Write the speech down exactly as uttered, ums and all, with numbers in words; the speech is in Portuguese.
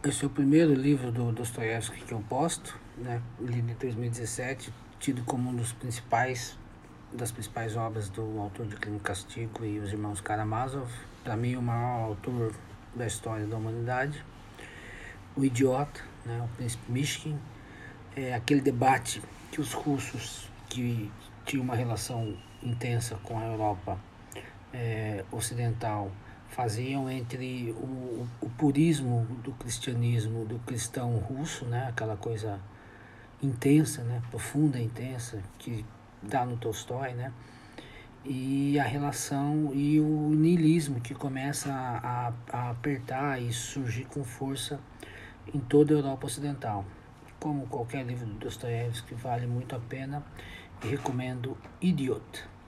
Esse é o primeiro livro do Dostoiévski que eu posto, né? Lido em dois mil e dezessete, tido como um dos principais, das principais obras do autor de Crime e Castigo e os Irmãos Karamazov. Para mim, o maior autor da história da humanidade. O Idiota, né? O Príncipe Mishkin. É aquele debate que os russos, que tinham uma relação intensa com a Europa é, ocidental, faziam entre o, o purismo do cristianismo, do cristão russo, né, aquela coisa intensa, né, profunda, intensa, que dá no Tolstói, né, e a relação e o niilismo que começa a, a apertar e surgir com força em toda a Europa Ocidental. Como qualquer livro do Dostoiévski, vale muito a pena e recomendo Idiot.